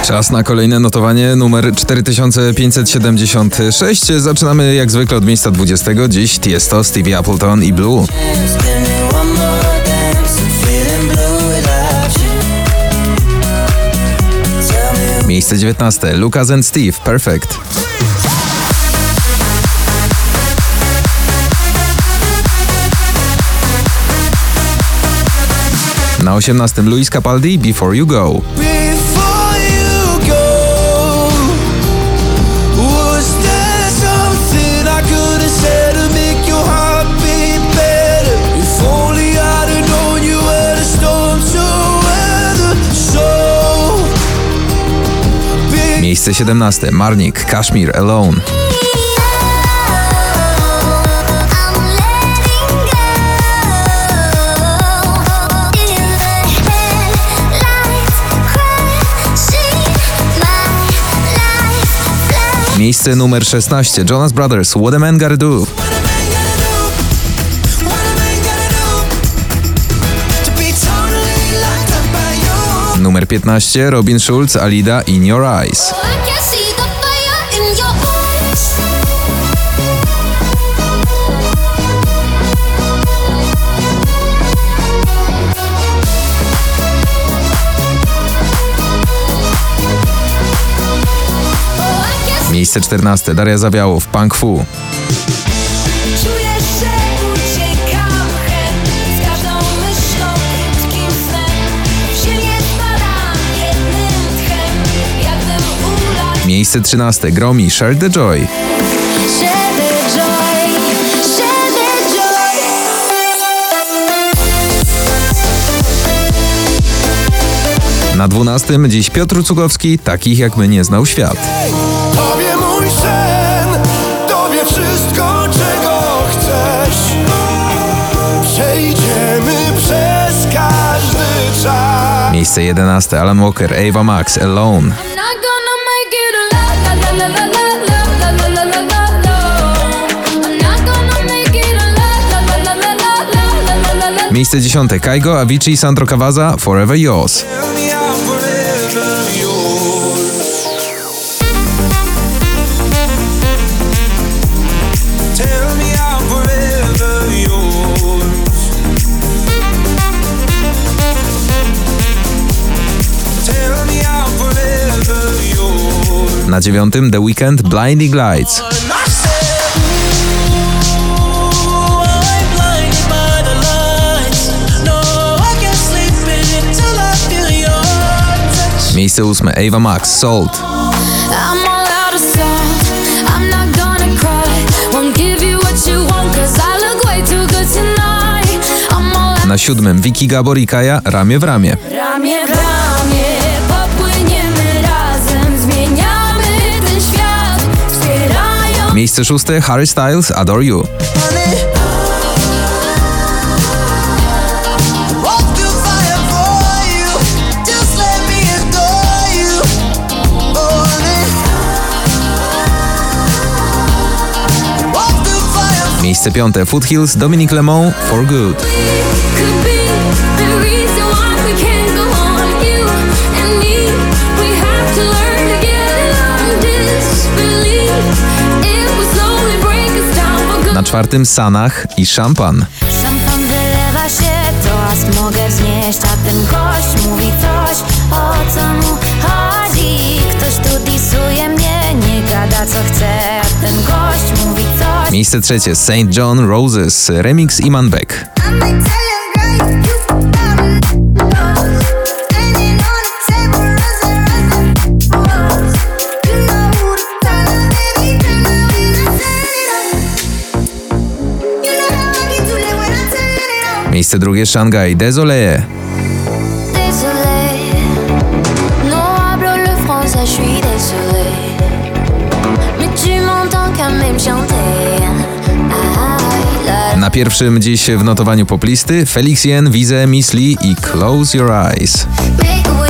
Czas na kolejne notowanie, numer 4576. Zaczynamy jak zwykle od miejsca 20. Dziś Tiesto, Stevie Appleton i Blue. Miejsce 19. Lucas and Steve, Perfect. Na 18. Luis Capaldi, Before You Go. Miejsce 17. Marnik, Kashmir, Alone. Miejsce numer 16. Jonas Brothers, What a Man Gotta Do. Numer 15. Robin Schulz, Alida, In Your Eyes. Miejsce 14. Daria Zawiałow, Punk Fu. Miejsce 13. Gromi, Share the Joy. Na 12. dziś Piotr Cugowski, Takich jak my nie znał świat. Tobie mój sen, Tobie wszystko, czego chcesz. Przejdziemy przez każdy czas. Miejsce 11. Alan Walker, Ava Max, Alone. Miejsce 10. Kaigo, Avicii, Sandro Cavazza, Forever Yours. Na 9. The Weeknd, Blinding Lights. Miejsce 8. Ava Max, Salt. Na 7. Vicky Gabor i Kaja, Ramię w ramię. Ramię w ramię, popłyniemy razem, zmieniamy ten świat, wspierają. Miejsce 6. Harry Styles, Adore You. Miejsce 5. Foothills, Dominic Lemon, For Good. Na 4. Sanach i Szampan. Szampan wylewa się, toast mogę wznieść, a ten gość mówi coś, o co mu chodzi. Ktoś tu disuje mnie, nie gada co chce, a ten gość mówi coś. Miejsce 3. St. John Roses, remix Iman Beck. Miejsce 2. Shanghai, Désolé. Na 1. dziś w notowaniu poplisty Felix Jen, Wize, Miss Lee i Close Your Eyes.